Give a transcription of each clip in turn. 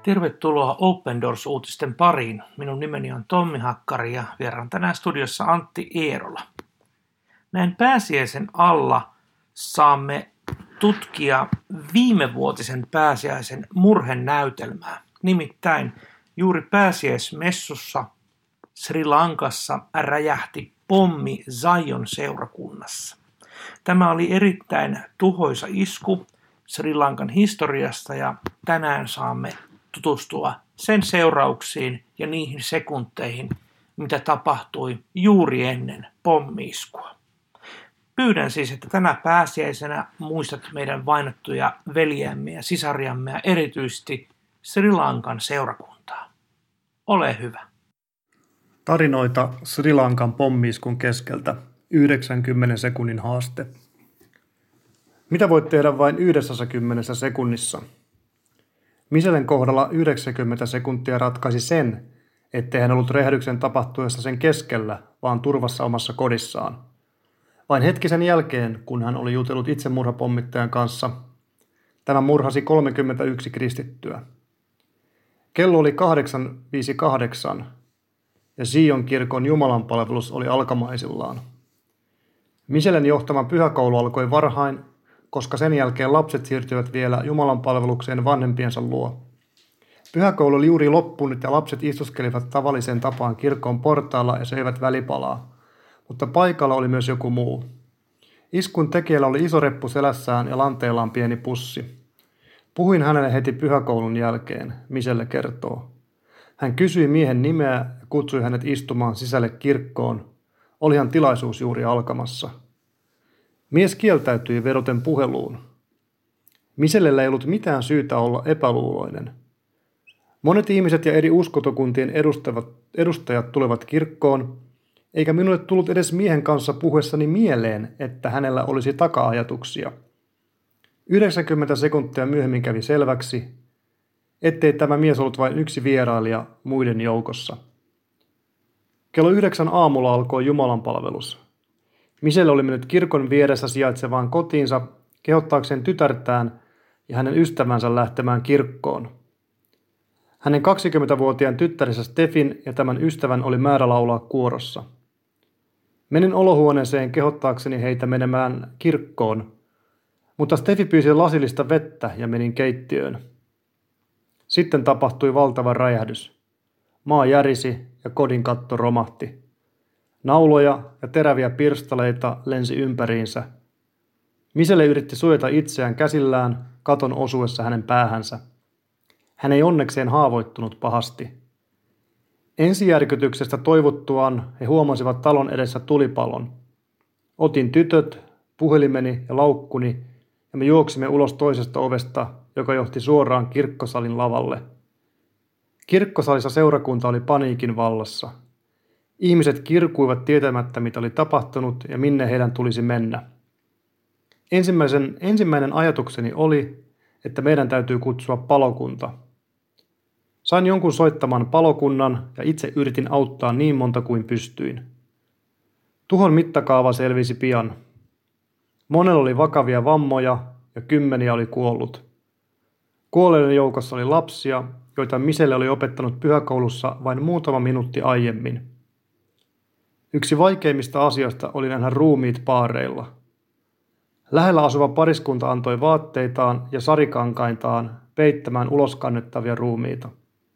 Tervetuloa Open Doors-uutisten pariin. Minun nimeni on Tommi Hakkari ja vieraan tänään studiossa Antti Eerola. Näin pääsiäisen alla saamme tutkia viimevuotisen pääsiäisen murhenäytelmää. Nimittäin juuri pääsiäismessussa Sri Lankassa räjähti pommi Zion seurakunnassa. Tämä oli erittäin tuhoisa isku Sri Lankan historiasta ja tänään saamme tutustua sen seurauksiin ja niihin sekunteihin, mitä tapahtui juuri ennen pommi-iskua. Pyydän siis, että tänä pääsiäisenä muistat meidän vainottuja veljiämme ja sisariamme ja erityisesti Sri Lankan seurakuntaa. Ole hyvä. Tarinoita Sri Lankan pommi-iskun keskeltä. 90 sekunnin haaste. Mitä voit tehdä vain 90 sekunnissa? Michellen kohdalla 90 sekuntia ratkaisi sen, ettei hän ollut räjähdyksen tapahtuessa sen keskellä, vaan turvassa omassa kodissaan. Vain hetki sen jälkeen, kun hän oli jutellut itsemurhapommittajan kanssa, tämä murhasi 31 kristittyä. Kello oli 8:58 ja Zion kirkon jumalanpalvelus oli alkamaisillaan. Michellen johtama pyhäkoulu alkoi varhain, koska sen jälkeen lapset siirtyivät vielä jumalanpalvelukseen vanhempiensa luo. Pyhäkoulu oli juuri loppunut ja lapset istuskelivat tavalliseen tapaan kirkon portaalla ja söivät välipalaa, mutta paikalla oli myös joku muu. Iskun tekijällä oli iso reppu selässään ja lanteellaan pieni pussi. Puhuin hänelle heti pyhäkoulun jälkeen, Michelle kertoo. Hän kysyi miehen nimeä ja kutsui hänet istumaan sisälle kirkkoon. Olihan tilaisuus juuri alkamassa. Mies kieltäytyi vedoten puheluun. Michellellä ei ollut mitään syytä olla epäluuloinen. Monet ihmiset ja eri uskotokuntien edustajat tulevat kirkkoon, eikä minulle tullut edes miehen kanssa puhuessani mieleen, että hänellä olisi taka-ajatuksia. 90 sekuntia myöhemmin kävi selväksi, ettei tämä mies ollut vain yksi vierailija muiden joukossa. Kello 9 aamulla alkoi jumalanpalvelus. Michelle oli mennyt kirkon vieressä sijaitsevaan kotiinsa kehottaakseen tytärtään ja hänen ystävänsä lähtemään kirkkoon. Hänen 20-vuotiaan tyttärensä Stefin ja tämän ystävän oli määrä laulaa kuorossa. Menin olohuoneeseen kehottaakseni heitä menemään kirkkoon, mutta Stefi pyysi lasillista vettä ja menin keittiöön. Sitten tapahtui valtava räjähdys. Maa järisi ja kodin katto romahti. Nauloja ja teräviä pirstaleita lensi ympäriinsä. Michelle yritti suojata itseään käsillään katon osuessa hänen päähänsä. Hän ei onnekseen haavoittunut pahasti. Ensijärkytyksestä toivuttuaan he huomasivat talon edessä tulipalon. Otin tytöt, puhelimeni ja laukkuni ja me juoksimme ulos toisesta ovesta, joka johti suoraan kirkkosalin lavalle. Kirkkosalissa seurakunta oli paniikin vallassa. Ihmiset kirkuivat tietämättä, mitä oli tapahtunut ja minne heidän tulisi mennä. Ensimmäinen ajatukseni oli, että meidän täytyy kutsua palokunta. Sain jonkun soittamaan palokunnan ja itse yritin auttaa niin monta kuin pystyin. Tuhon mittakaava selvisi pian. Monella oli vakavia vammoja ja 10 oli kuollut. Kuolleiden joukossa oli lapsia, joita Michelle oli opettanut pyhäkoulussa vain muutama minuutti aiemmin. Yksi vaikeimmista asioista oli nähdä ruumiit paareilla. Lähellä asuva pariskunta antoi vaatteitaan ja sarikankaitaan peittämään uloskannettavia ruumiita.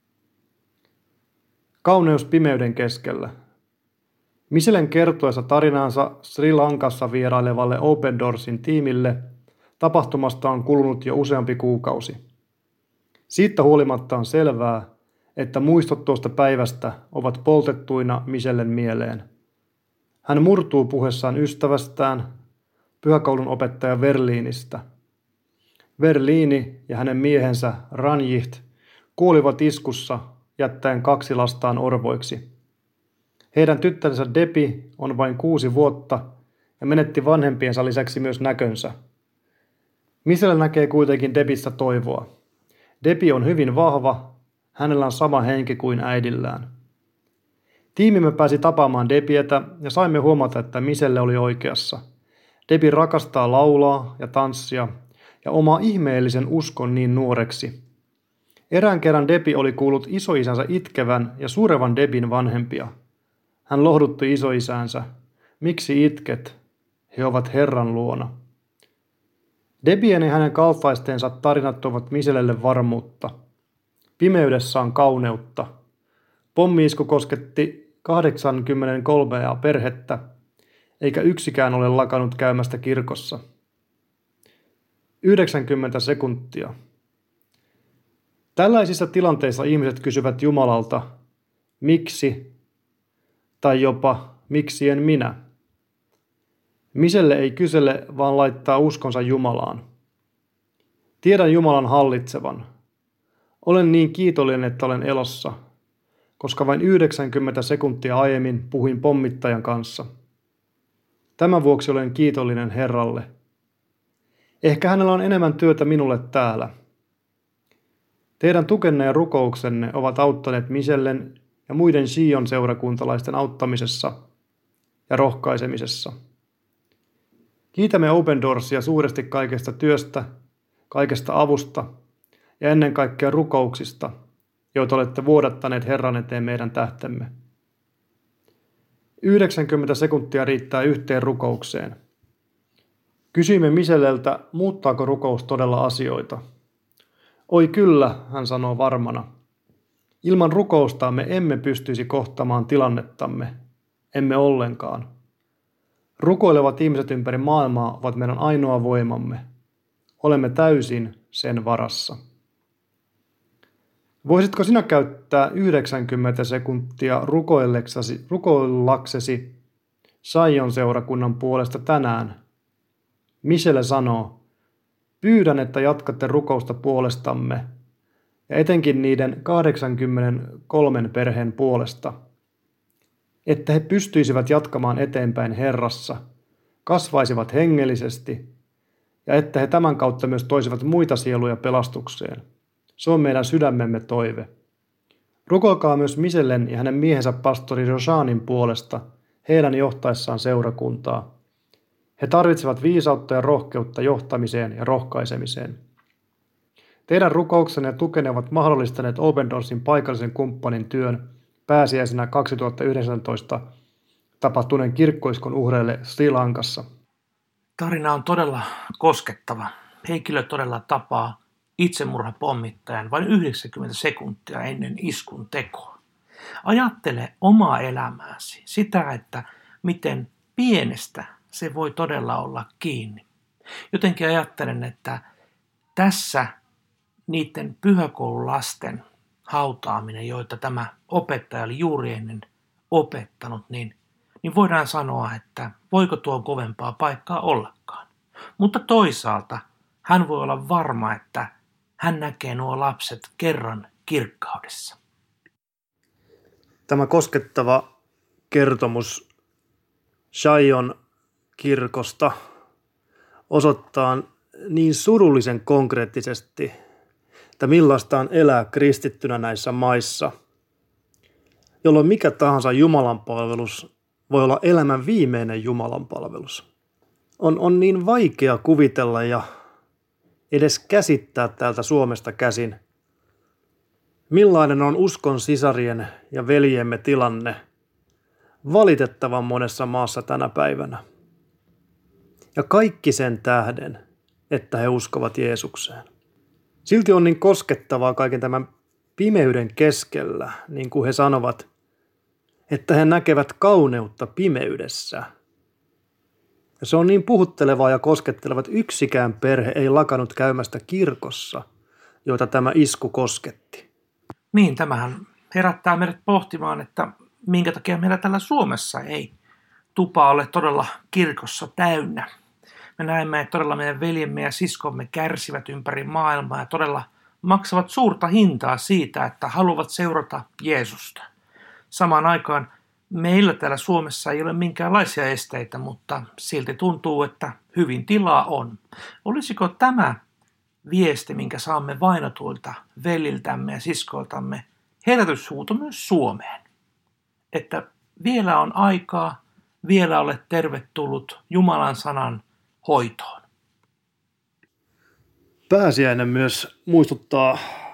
Kauneus pimeyden keskellä. Michellen kertoessa tarinaansa Sri Lankassa vierailevalle Open Doorsin tiimille tapahtumasta on kulunut jo useampi kuukausi. Siitä huolimatta on selvää, että muistot tuosta päivästä ovat poltettuina Michellen mieleen. Hän murtuu puheessaan ystävästään, pyhäkoulun opettaja Verliinistä. Verliini ja hänen miehensä Ranjit kuolivat iskussa jättäen 2 lastaan orvoiksi. Heidän tyttärensä Depi on vain 6 vuotta ja menetti vanhempiensa lisäksi myös näkönsä. Michelle näkee kuitenkin Depissä toivoa. Depi on hyvin vahva, hänellä on sama henki kuin äidillään. Tiimimme pääsi tapaamaan Debietä ja saimme huomata, että Michelle oli oikeassa. Debi rakastaa laulaa ja tanssia ja omaa ihmeellisen uskon niin nuoreksi. Erään kerran Debi oli kuullut isoisänsä itkevän ja surevan Debin vanhempia. Hän lohdutti isoisäänsä. Miksi itket? He ovat Herran luona. Debien ja hänen kaltaistensa tarinat tuovat Michelelle varmuutta. Pimeydessä on kauneutta. Pommi-isku kosketti 83 perhettä, eikä yksikään ole lakannut käymästä kirkossa. 90 sekuntia. Tällaisissa tilanteissa ihmiset kysyvät Jumalalta, miksi, tai jopa, miksi en minä. Michelle ei kysele, vaan laittaa uskonsa Jumalaan. Tiedän Jumalan hallitsevan. Olen niin kiitollinen, että olen elossa, koska vain 90 sekuntia aiemmin puhuin pommittajan kanssa. Tämän vuoksi olen kiitollinen Herralle. Ehkä hänellä on enemmän työtä minulle täällä. Teidän tukenne ja rukouksenne ovat auttaneet Michellen ja muiden Sion seurakuntalaisten auttamisessa ja rohkaisemisessa. Kiitämme Open Doorsia suuresti kaikesta työstä, kaikesta avusta ja ennen kaikkea rukouksista, joita olette vuodattaneet Herran eteen meidän tähtemme. 90 sekuntia riittää yhteen rukoukseen. Kysyimme Michelleltä, muuttaako rukous todella asioita. Oi kyllä, hän sanoo varmana. Ilman rukousta me emme pystyisi kohtamaan tilannettamme, emme ollenkaan. Rukoilevat ihmiset ympäri maailmaa ovat meidän ainoa voimamme. Olemme täysin sen varassa. Voisitko sinä käyttää 90 sekuntia rukoillaksesi Sion seurakunnan puolesta tänään? Michelle sanoo, pyydän, että jatkatte rukousta puolestamme ja etenkin niiden 83 perheen puolesta, että he pystyisivät jatkamaan eteenpäin Herrassa, kasvaisivat hengellisesti ja että he tämän kautta myös toisivat muita sieluja pelastukseen. Se on meidän sydämemme toive. Rukoilkaa myös Michellen ja hänen miehensä pastori Roshanin puolesta heidän johtaessaan seurakuntaa. He tarvitsevat viisautta ja rohkeutta johtamiseen ja rohkaisemiseen. Teidän rukouksenne ja tukenne ovat mahdollistaneet Open Doorsin paikallisen kumppanin työn pääsiäisenä 2019 tapahtuneen kirkkoiskon uhreille Sri Lankassa. Tarina on todella koskettava. Henkilö todella tapaa itsemurhapommittajan vain 90 sekuntia ennen iskun tekoa. Ajattele omaa elämääsi, sitä, että miten pienestä se voi todella olla kiinni. Jotenkin ajattelen, että tässä niiden pyhäkoululasten hautaaminen, joita tämä opettaja oli juuri ennen opettanut, niin voidaan sanoa, että voiko tuo kovempaa paikkaa ollakaan. Mutta toisaalta hän voi olla varma, että hän näkee nuo lapset kerran kirkkaudessa. Tämä koskettava kertomus Sion kirkosta osoittaa niin surullisen konkreettisesti, että millaista on elää kristittynä näissä maissa, jolloin mikä tahansa jumalanpalvelus voi olla elämän viimeinen jumalanpalvelus. On niin vaikea kuvitella ja edes käsittää täältä Suomesta käsin, millainen on uskon sisarien ja veljemme tilanne valitettavan monessa maassa tänä päivänä. Ja kaikki sen tähden, että he uskovat Jeesukseen. Silti on niin koskettavaa kaiken tämän pimeyden keskellä, niin kuin he sanovat, että he näkevät kauneutta pimeydessä. Ja se on niin puhuttelevaa ja kosketteleva, että yksikään perhe ei lakannut käymästä kirkossa, joita tämä isku kosketti. Niin, tämähän herättää meidät pohtimaan, että minkä takia meillä täällä Suomessa ei tupa ole todella kirkossa täynnä. Me näemme, että todella meidän veljemme ja siskomme kärsivät ympäri maailmaa ja todella maksavat suurta hintaa siitä, että haluavat seurata Jeesusta. Samaan aikaan meillä täällä Suomessa ei ole minkäänlaisia esteitä, mutta silti tuntuu, että hyvin tilaa on. Olisiko tämä viesti, minkä saamme vainotuilta veljiltämme ja siskoiltamme, herätyshuuto myös Suomeen? Että vielä on aikaa, vielä olet tervetullut Jumalan sanan hoitoon. Pääsiäinen myös muistuttaa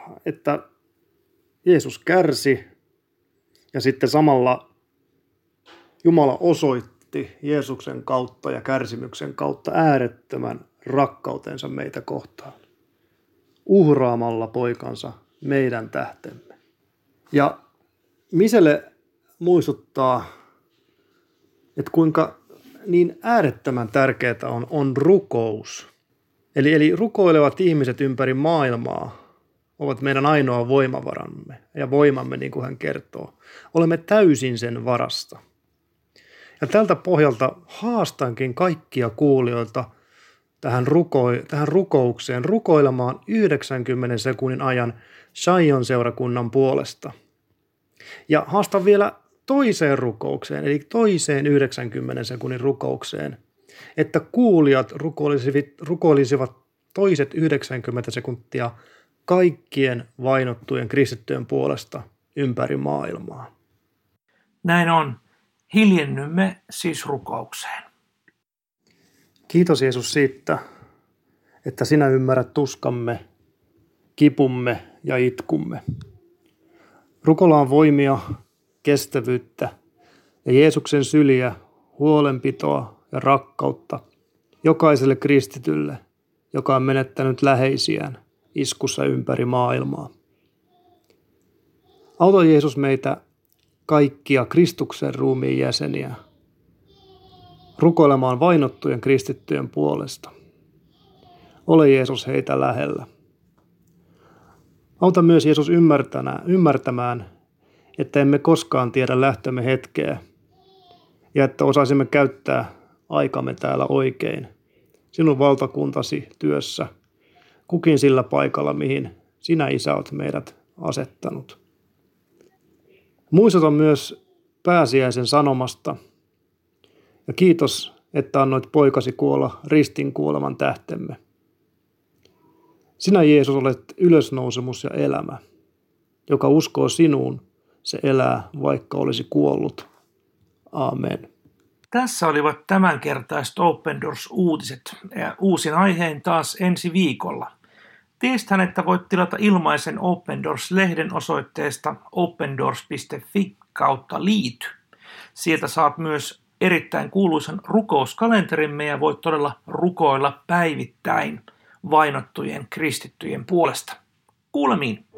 että Jeesus kärsi ja sitten samalla Jumala osoitti Jeesuksen kautta ja kärsimyksen kautta äärettömän rakkautensa meitä kohtaan, uhraamalla poikansa meidän tähtemme. Ja Misele muistuttaa, että kuinka niin äärettömän tärkeää on rukous. Eli rukoilevat ihmiset ympäri maailmaa ovat meidän ainoa voimavaramme ja voimamme, niin kuin hän kertoo. Olemme täysin sen varasta. Ja tältä pohjalta haastankin kaikkia kuulijoita tähän rukoukseen rukoilemaan 90 sekunnin ajan Shion seurakunnan puolesta. Ja haastan vielä toiseen rukoukseen, eli toiseen 90 sekunnin rukoukseen, että kuulijat rukoilisivat toiset 90 sekuntia kaikkien vainottujen kristittyjen puolesta ympäri maailmaa. Näin on. Hiljennymme siis rukoukseen. Kiitos Jeesus siitä, että sinä ymmärrät tuskamme, kipumme ja itkumme. Rukoilaan voimia, kestävyyttä ja Jeesuksen syliä, huolenpitoa ja rakkautta jokaiselle kristitylle, joka on menettänyt läheisiään iskussa ympäri maailmaa. Auta Jeesus meitä kaikkia Kristuksen ruumiin jäseniä rukoilemaan vainottujen kristittyjen puolesta. Ole Jeesus heitä lähellä. Auta myös Jeesus ymmärtämään, että emme koskaan tiedä lähtömme hetkeä ja että osaisimme käyttää aikamme täällä oikein sinun valtakuntasi työssä, kukin sillä paikalla, mihin sinä, Isä, olet meidät asettanut. Muistuta myös pääsiäisen sanomasta ja kiitos, että annoit poikasi kuolla ristin kuoleman tähtemme. Sinä, Jeesus, olet ylösnousemus ja elämä. Joka uskoo sinuun, se elää, vaikka olisi kuollut. Amen. Tässä olivat tämänkertaiset Open Doors-uutiset. Uusin aiheen taas ensi viikolla. Tiedäthän, että voit tilata ilmaisen Open Doors-lehden osoitteesta opendoors.fi/liity. Sieltä saat myös erittäin kuuluisan rukouskalenterimme ja voit todella rukoilla päivittäin vainottujen kristittyjen puolesta. Kuulemiin.